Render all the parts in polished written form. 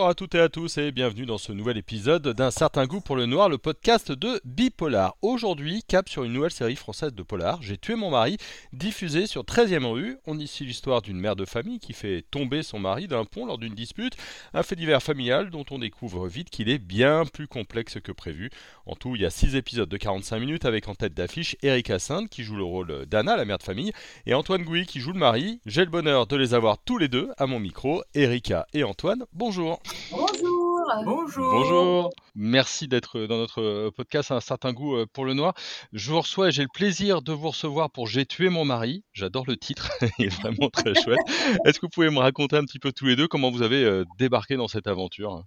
Bonjour à toutes et à tous et bienvenue dans ce nouvel épisode d'Un certain goût pour le noir, le podcast de Bipolar. Aujourd'hui, cap sur une nouvelle série française de polar, J'ai tué mon mari, diffusée sur 13e rue. On y suit l'histoire d'une mère de famille qui fait tomber son mari d'un pont lors d'une dispute, un fait divers familial dont on découvre vite qu'il est bien plus complexe que prévu. En tout, il y a 6 épisodes de 45 minutes avec en tête d'affiche Erika Sinde qui joue le rôle d'Anna, la mère de famille, et Antoine Gouy qui joue le mari. J'ai le bonheur de les avoir tous les deux à mon micro, Erika et Antoine. Bonjour. Bonjour. Bonjour. Merci d'être dans notre podcast Un certain goût pour le noir. Je vous reçois et j'ai le plaisir de vous recevoir pour J'ai tué mon mari. J'adore le titre, il est vraiment très chouette. Est-ce que vous pouvez me raconter un petit peu tous les deux comment vous avez débarqué dans cette aventure?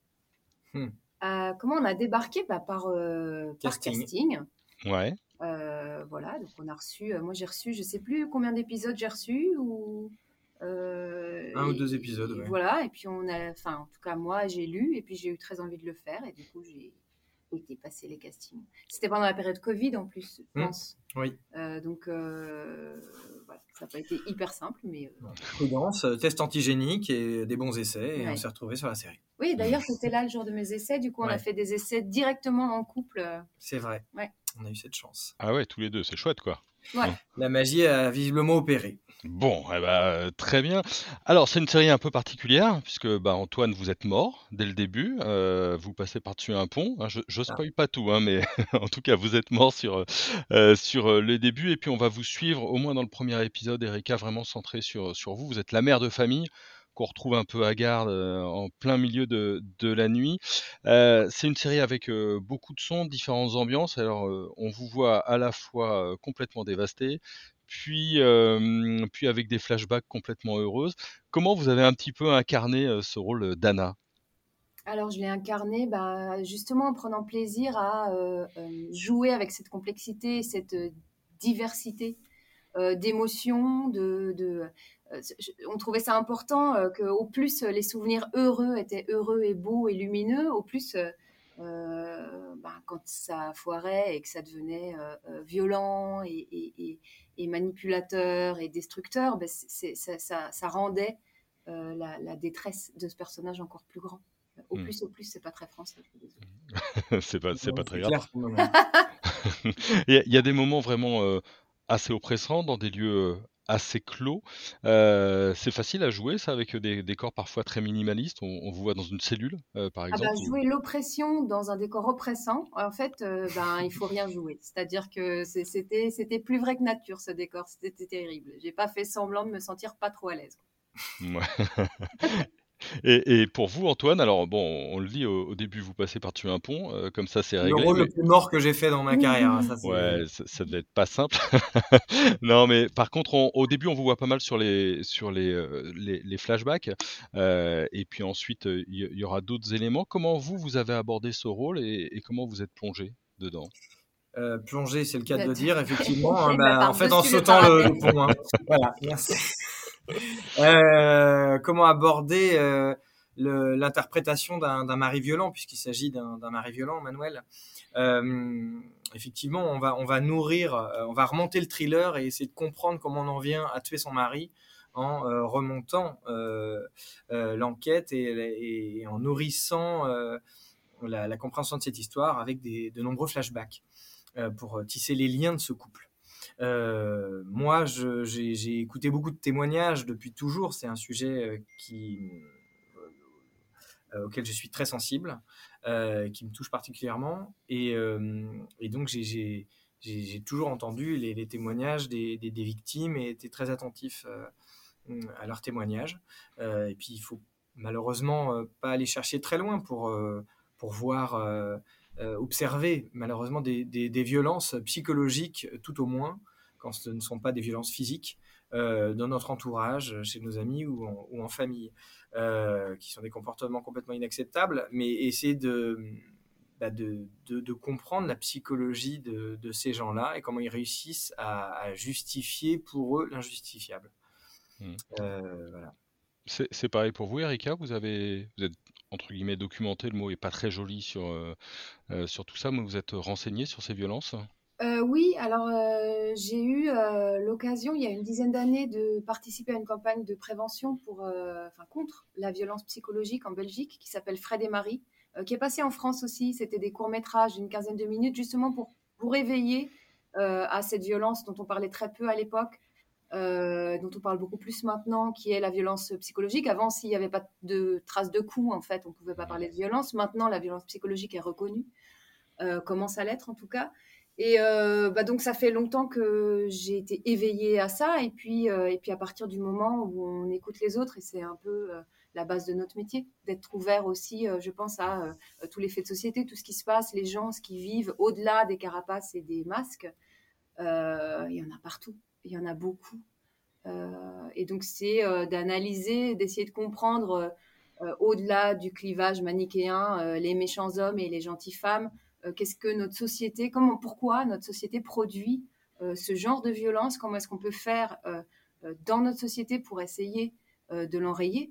Comment on a débarqué par casting. Ouais. Voilà, donc on a reçu, moi j'ai reçu, je sais plus combien d'épisodes j'ai reçu ou Un ou deux épisodes, ouais. Voilà, et puis en tout cas moi j'ai lu et puis j'ai eu très envie de le faire et du coup j'ai été passer les castings. C'était pendant la période Covid en plus, je pense. Oui. Donc voilà, ça n'a pas été hyper simple, mais Prudence, test antigénique et des bons essais, et Ouais. on s'est retrouvés sur la série. oui, d'ailleurs c'était là le jour de mes essais. Du coup on a Ouais. fait des essais directement en couple. C'est vrai. Ouais. On a eu cette chance. Ah ouais, tous les deux, c'est chouette quoi. Ouais. La magie a visiblement opéré. Bon, très bien. Alors, c'est une série un peu particulière, puisque Antoine, vous êtes mort dès le début. Vous passez par-dessus un pont. Hein, je spoil pas tout, hein, mais en tout cas, vous êtes mort sur le début. Et puis, on va vous suivre, au moins dans le premier épisode, Erika, vraiment centré sur vous. Vous êtes la mère de famille qu'on retrouve un peu hagarde en plein milieu de la nuit. C'est une série avec beaucoup de sons, différentes ambiances. Alors, on vous voit à la fois complètement dévasté, puis avec des flashbacks complètement heureuses. Comment vous avez un petit peu incarné ce rôle d'Anna? Alors, je l'ai incarné justement en prenant plaisir à jouer avec cette complexité, cette diversité d'émotions. On trouvait ça important qu'au plus les souvenirs heureux étaient heureux et beaux et lumineux, au plus quand ça foirait et que ça devenait violent et manipulateur et destructeur, ça rendait la détresse de ce personnage encore plus grand. Au plus, c'est pas très français. C'est pas très C'est grave. clair pour le moment. Il y a des moments vraiment assez oppressants dans des lieux assez clos. C'est facile à jouer ça avec des décors parfois très minimalistes. On vous voit dans une cellule, par exemple. Jouer l'oppression dans un décor oppressant, en fait, il faut rien jouer. C'est-à-dire que c'était plus vrai que nature, ce décor. C'était terrible. J'ai pas fait semblant de me sentir pas trop à l'aise. Ouais. Et pour vous, Antoine, alors bon, on le dit au début, vous passez par-dessus un pont, comme ça c'est Le réglé. rôle Mais le plus mort que j'ai fait dans ma carrière. Hein, ça, ouais, ça devait être pas simple. Non, mais par contre, au début, on vous voit pas mal sur les flashbacks, et puis ensuite, il y aura d'autres éléments. Comment vous avez abordé ce rôle et comment vous êtes plongé dedans? Plongé, c'est le cas de le dire, effectivement. Hein, en fait, en Par-dessus le sautant le parapet. pont. Hein. Voilà, merci. Comment aborder l'interprétation d'un mari violent, puisqu'il s'agit d'un mari violent, Manuel. Effectivement, on va nourrir, on va remonter le thriller et essayer de comprendre comment on en vient à tuer son mari en remontant l'enquête et en nourrissant la compréhension de cette histoire avec de nombreux flashbacks pour tisser les liens de ce couple. Moi, j'ai écouté beaucoup de témoignages depuis toujours. C'est un sujet auquel je suis très sensible, qui me touche particulièrement. Et donc, j'ai toujours entendu les témoignages des victimes et été très attentif à leurs témoignages. Et puis, il faut malheureusement pas aller chercher très loin pour voir, observer malheureusement des violences psychologiques tout au moins, quand ce ne sont pas des violences physiques, dans notre entourage, chez nos amis ou en famille, qui sont des comportements complètement inacceptables, mais essayer de comprendre la psychologie de ces gens-là et comment ils réussissent à justifier pour eux l'injustifiable. Voilà. C'est pareil pour vous, Erika? Vous êtes, entre guillemets, documenté, le mot est pas très joli sur tout ça, mais vous êtes renseigné sur ces violences? Oui, alors j'ai eu l'occasion, il y a une dizaine d'années, de participer à une campagne de prévention contre la violence psychologique en Belgique, qui s'appelle Fred et Marie, qui est passée en France aussi. C'était des courts-métrages d'une quinzaine de minutes, justement pour éveiller à cette violence dont on parlait très peu à l'époque, dont on parle beaucoup plus maintenant, qui est la violence psychologique. Avant, s'il n'y avait pas de traces de coups, en fait, on ne pouvait pas parler de violence. Maintenant, la violence psychologique est reconnue, commence à l'être en tout cas. Et donc ça fait longtemps que j'ai été éveillée à ça. Et puis à partir du moment où on écoute les autres, et c'est un peu la base de notre métier, d'être ouvert aussi, je pense, à tous les faits de société, tout ce qui se passe, les gens, ce qu'ils vivent, au-delà des carapaces et des masques. Il y en a partout, il y en a beaucoup. Et donc c'est d'analyser, d'essayer de comprendre au-delà du clivage manichéen, les méchants hommes et les gentilles femmes, qu'est-ce que notre société, pourquoi notre société produit ce genre de violence, comment est-ce qu'on peut faire dans notre société pour essayer de l'enrayer,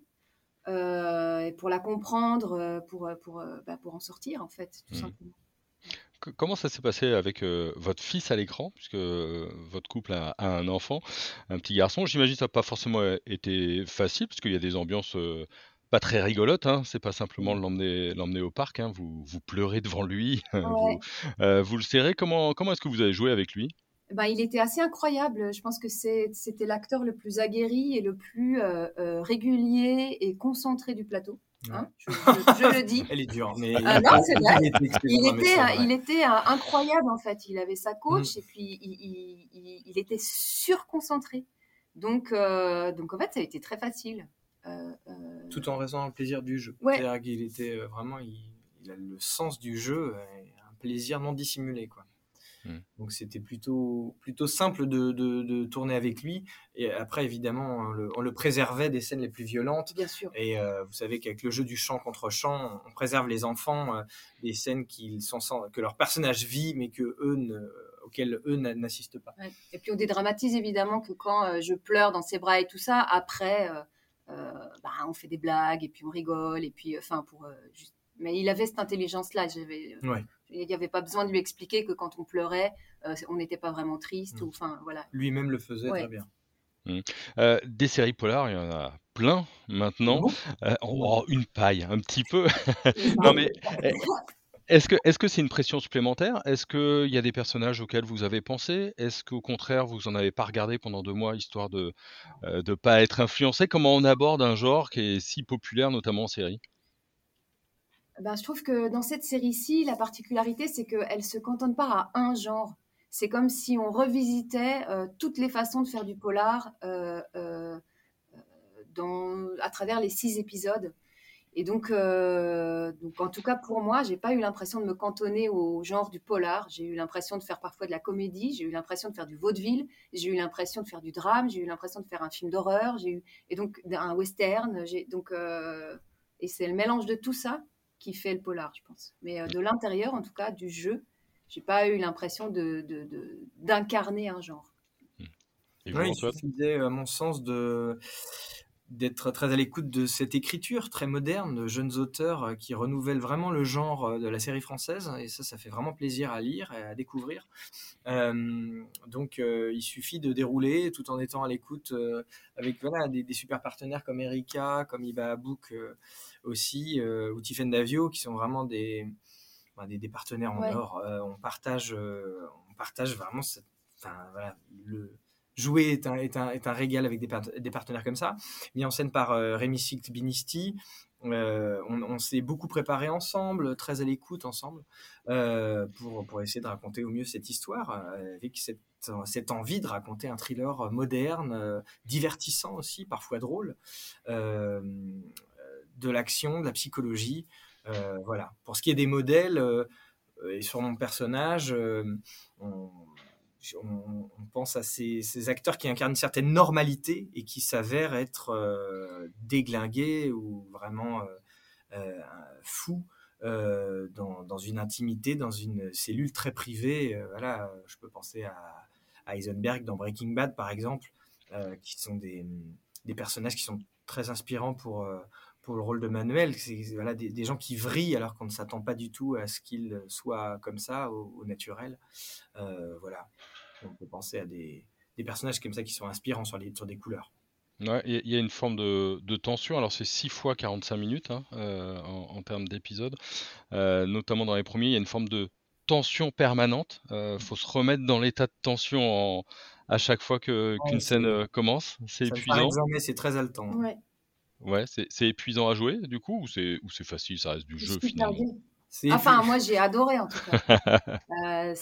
et pour la comprendre, pour en sortir en fait, tout Mmh. simplement. Comment ça s'est passé avec, votre fils à l'écran? Puisque, votre couple a un enfant, un petit garçon. J'imagine que ça n'a pas forcément, été facile parce qu'il y a des ambiances, pas très rigolotes, hein. C'est pas simplement l'emmener au parc, hein. Vous pleurez devant lui, vous, Ouais. vous le serrez. Comment est-ce que vous avez joué avec lui? Ben, il était assez incroyable. Je pense que c'était l'acteur le plus aguerri et le plus régulier et concentré du plateau. Ouais. Hein, je le dis. Elle est dure, mais Ah non, c'est vrai. il était excellent, non, mais c'est vrai. Il était incroyable en fait. Il avait sa Mm. coach et puis il était surconcentré. Donc en fait, ça a été très facile. Tout en restant dans le plaisir du jeu. Ouais, C'est-à-dire qu'il était vraiment, il a le sens du jeu, et un plaisir non dissimulé, quoi. Mmh. Donc c'était plutôt simple de tourner avec lui. Et après, évidemment, on le préservait des scènes les plus violentes. bien sûr. Et vous savez qu'avec le jeu du chant contre chant, on préserve les enfants des scènes que leur personnage vit, mais auxquelles eux n'assistent pas. Ouais. Et puis on dédramatise évidemment que quand je pleure dans ses bras et tout ça, après, on fait des blagues et puis on rigole et puis, mais il avait cette intelligence-là. Ouais. Il n'y avait pas besoin de lui expliquer que quand on pleurait, on n'était pas vraiment triste. Mm. Ou, enfin, voilà. Lui-même le faisait Ouais. très bien. Mmh. Des séries polars, il y en a plein maintenant. Bon. Une paille, un petit peu. Non mais, eh, est-ce que c'est une pression supplémentaire? Est-ce qu'il y a des personnages auxquels vous avez pensé? Est-ce qu'au contraire, vous en avez pas regardé pendant 2 mois, histoire de pas être influencé? Comment on aborde un genre qui est si populaire, notamment en série? Ben, je trouve que dans cette série-ci, la particularité, c'est qu'elle ne se cantonne pas à un genre. C'est comme si on revisitait toutes les façons de faire du polar à travers les 6 épisodes. Et donc, en tout cas, pour moi, j'ai pas eu l'impression de me cantonner au genre du polar. J'ai eu l'impression de faire parfois de la comédie, j'ai eu l'impression de faire du vaudeville, j'ai eu l'impression de faire du drame, j'ai eu l'impression de faire un film d'horreur, et donc un western. Et c'est le mélange de tout ça qui fait le polar, je pense. Mais de l'intérieur, en tout cas, du jeu, j'ai pas eu l'impression d'incarner un genre. Mmh. Et vous, Ouais, il Antoine? suffisait, à mon sens, d'être très à l'écoute de cette écriture très moderne de jeunes auteurs qui renouvellent vraiment le genre de la série française. Et ça fait vraiment plaisir à lire et à découvrir. Donc, il suffit de dérouler tout en étant à l'écoute avec voilà, des super partenaires comme Erika, comme Iba Book aussi, ou Tiffen Davio, qui sont vraiment des partenaires en Ouais. or. On partage vraiment voilà, jouer est un régal avec des partenaires comme ça. Mis en scène par Rémi Sict-Binisti. On s'est beaucoup préparé ensemble, très à l'écoute ensemble, pour essayer de raconter au mieux cette histoire, avec cette envie de raconter un thriller moderne, divertissant aussi, parfois drôle, de l'action, de la psychologie. Voilà. Pour ce qui est des modèles, et sur mon personnage, on, on pense à ces acteurs qui incarnent une certaine normalité et qui s'avèrent être déglingués ou vraiment fous dans une intimité, dans une cellule très privée. Voilà, je peux penser à Heisenberg dans Breaking Bad, par exemple, qui sont des personnages qui sont très inspirants pour le rôle de Manuel, c'est voilà, des gens qui vrillent alors qu'on ne s'attend pas du tout à ce qu'ils soient comme ça, au naturel. Voilà. On peut penser à des personnages comme ça qui sont inspirants sur des couleurs. Ouais, il y a une forme de tension. Alors, c'est 6 fois 45 minutes hein, en termes d'épisodes. Notamment dans les premiers, il y a une forme de tension permanente. Faut se remettre dans l'état de tension à chaque fois qu'une scène commence. C'est Ça ne s'arrête épuisant. jamais, c'est très haletant. Ouais. Ouais, c'est épuisant à jouer du coup, ou c'est facile, ça reste du C'est jeu super finalement. bien. Enfin, moi, j'ai adoré en tout cas.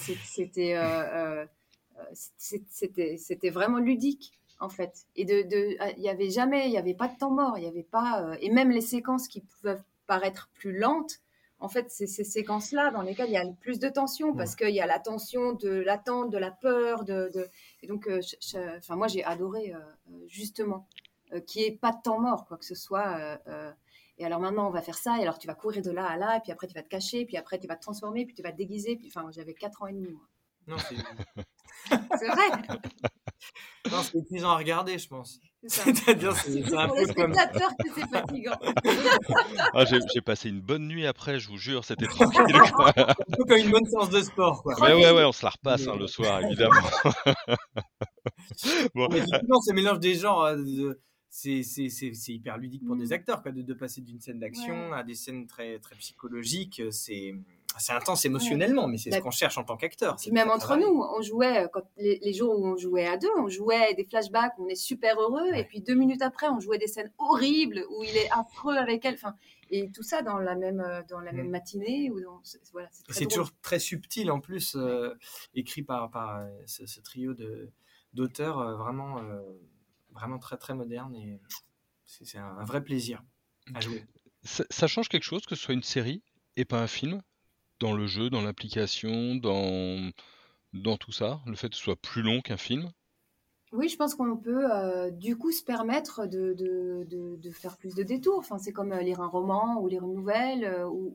C'était vraiment ludique en fait. Et il y avait pas de temps mort, il y avait pas, et même les séquences qui peuvent paraître plus lentes. En fait, c'est ces séquences-là dans lesquelles il y a le plus de tension parce qu'il y a la tension de l'attente, de la peur, et donc, enfin, moi, j'ai adoré justement qu'il n'y ait pas de temps mort, quoi que ce soit. Et alors maintenant, on va faire ça, et alors tu vas courir de là à là, et puis après tu vas te cacher, puis après tu vas te transformer, puis tu vas te déguiser. Puis, enfin, j'avais 4 ans et demi, moi. Non, C'est vrai. non, c'est épuisant à regarder, je pense. C'est un pour peu le spectateur que c'est fatigant. Ah, j'ai passé une bonne nuit après, je vous jure, c'était tranquille. un peu comme une bonne séance de sport, quoi. Mais ouais, on se la repasse le soir, évidemment. Bon. Mais effectivement, ce mélange des genres, c'est hyper ludique pour des acteurs, quoi, de passer d'une scène d'action à des scènes très, très psychologiques. C'est intense émotionnellement, mais c'est ce qu'on cherche en tant qu'acteur. Puis même entre nous, on jouait, quand les jours où on jouait à deux, on jouait des flashbacks où on est super heureux, et puis 2 minutes après, on jouait des scènes horribles où il est affreux avec elle. Enfin, et tout ça dans la même matinée. Voilà, c'est toujours très subtil en plus, écrit par ce trio d'auteurs vraiment très très moderne, et c'est un vrai plaisir à jouer. Ça change quelque chose que ce soit une série et pas un film, dans le jeu, dans l'application, dans tout ça, le fait que ce soit plus long qu'un film? Oui, je pense qu'on peut du coup se permettre de faire plus de détours. Enfin, c'est comme lire un roman ou lire une nouvelle.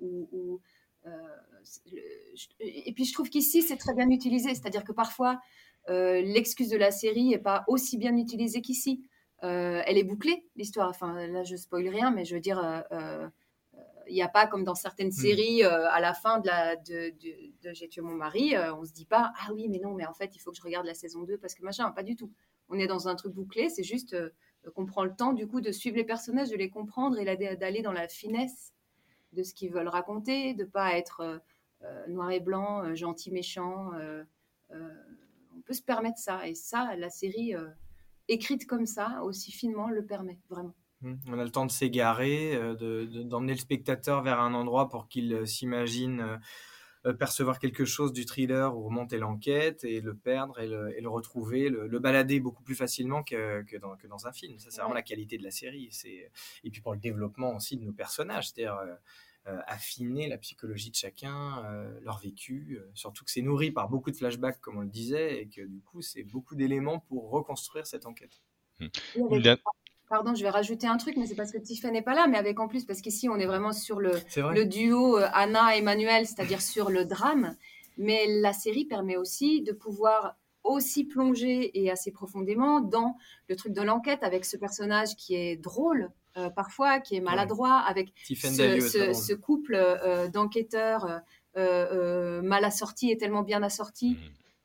Et puis je trouve qu'ici, c'est très bien utilisé. C'est-à-dire que parfois, l'excuse de la série n'est pas aussi bien utilisée qu'ici. Elle est bouclée, l'histoire. Enfin, là, je spoil rien, mais je veux dire, il n'y a pas comme dans certaines séries, à la fin de J'ai tué mon mari, on se dit pas, ah oui, mais non, mais en fait, il faut que je regarde la saison 2 parce que machin, pas du tout. On est dans un truc bouclé, c'est juste qu'on prend le temps, du coup, de suivre les personnages, de les comprendre et d'aller dans la finesse de ce qu'ils veulent raconter, de pas être noir et blanc, gentil, méchant. On peut se permettre ça. Et ça, la série écrite comme ça, aussi finement, le permet, vraiment. On a le temps de s'égarer, d'emmener le spectateur vers un endroit pour qu'il s'imagine percevoir quelque chose du thriller ou remonter l'enquête et le perdre et le retrouver, le balader beaucoup plus facilement que dans un film. Ça, c'est vraiment la qualité de la série. Et puis pour le développement aussi de nos personnages, c'est-à-dire affiner la psychologie de chacun, leur vécu, surtout que c'est nourri par beaucoup de flashbacks, comme on le disait, et que du coup, c'est beaucoup d'éléments pour reconstruire cette enquête. Pardon, je vais rajouter un truc, mais c'est parce que Tiffany n'est pas là, mais avec en plus, parce qu'ici, on est vraiment sur le duo Anna et Manuel, c'est-à-dire sur le drame. Mais la série permet aussi de pouvoir aussi plonger et assez profondément dans le truc de l'enquête avec ce personnage qui est drôle, parfois, qui est maladroit, avec ce couple d'enquêteurs mal assortis et tellement bien assortis.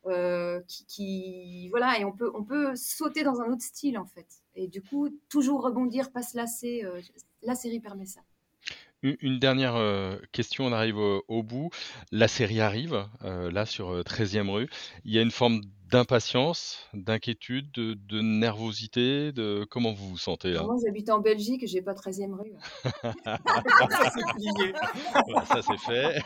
Voilà, et on peut sauter dans un autre style en fait, et du coup toujours rebondir, pas se lasser. La série permet ça. Une dernière question, on arrive au bout. La série arrive, là sur 13e rue. Il y a une forme d'impatience, d'inquiétude, de nervosité, comment vous vous sentez là? Moi j'habite en Belgique et j'ai pas 13e rue. Voilà, ça c'est fait.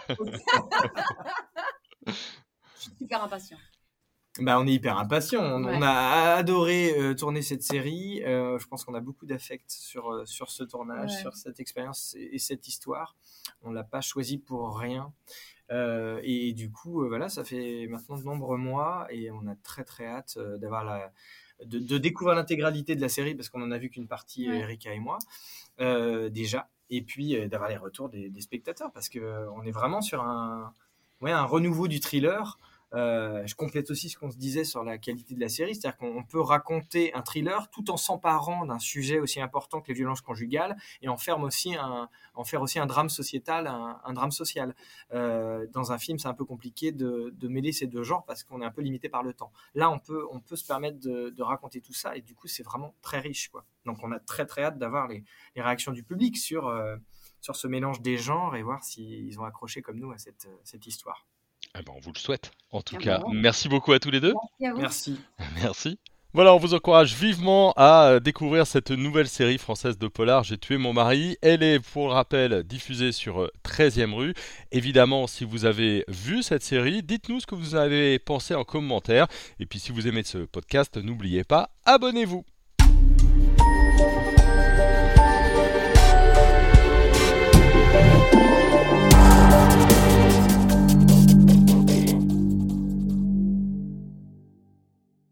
Je suis super impatient. On est hyper impatient. On a adoré tourner cette série. Je pense qu'on a beaucoup d'affect sur ce tournage, sur cette expérience et cette histoire. On l'a pas choisi pour rien. Et du coup, voilà, ça fait maintenant de nombreux mois et on a très très hâte de découvrir l'intégralité de la série, parce qu'on en a vu qu'une partie, Erika et moi, déjà. Et puis d'avoir les retours des spectateurs, parce qu'on est vraiment sur un renouveau du thriller. Je complète aussi ce qu'on se disait sur la qualité de la série, c'est-à-dire qu'on peut raconter un thriller tout en s'emparant d'un sujet aussi important que les violences conjugales et en faire aussi un drame sociétal, un drame social. Dans un film, c'est un peu compliqué de mêler ces deux genres parce qu'on est un peu limité par le temps. Là, on peut se permettre de raconter tout ça et du coup, c'est vraiment très riche, quoi. Donc, on a très très hâte d'avoir les réactions du public sur ce mélange des genres et voir s'ils ont accroché comme nous à cette histoire. Eh ben, on vous le souhaite. En tout Ah cas, bon. merci beaucoup à tous les deux. Merci à vous. Merci. Merci. Voilà, on vous encourage vivement à découvrir cette nouvelle série française de polar, J'ai tué mon mari. Elle est, pour rappel, diffusée sur 13e rue. Évidemment, si vous avez vu cette série, dites-nous ce que vous avez pensé en commentaire. Et puis, si vous aimez ce podcast, n'oubliez pas, abonnez-vous.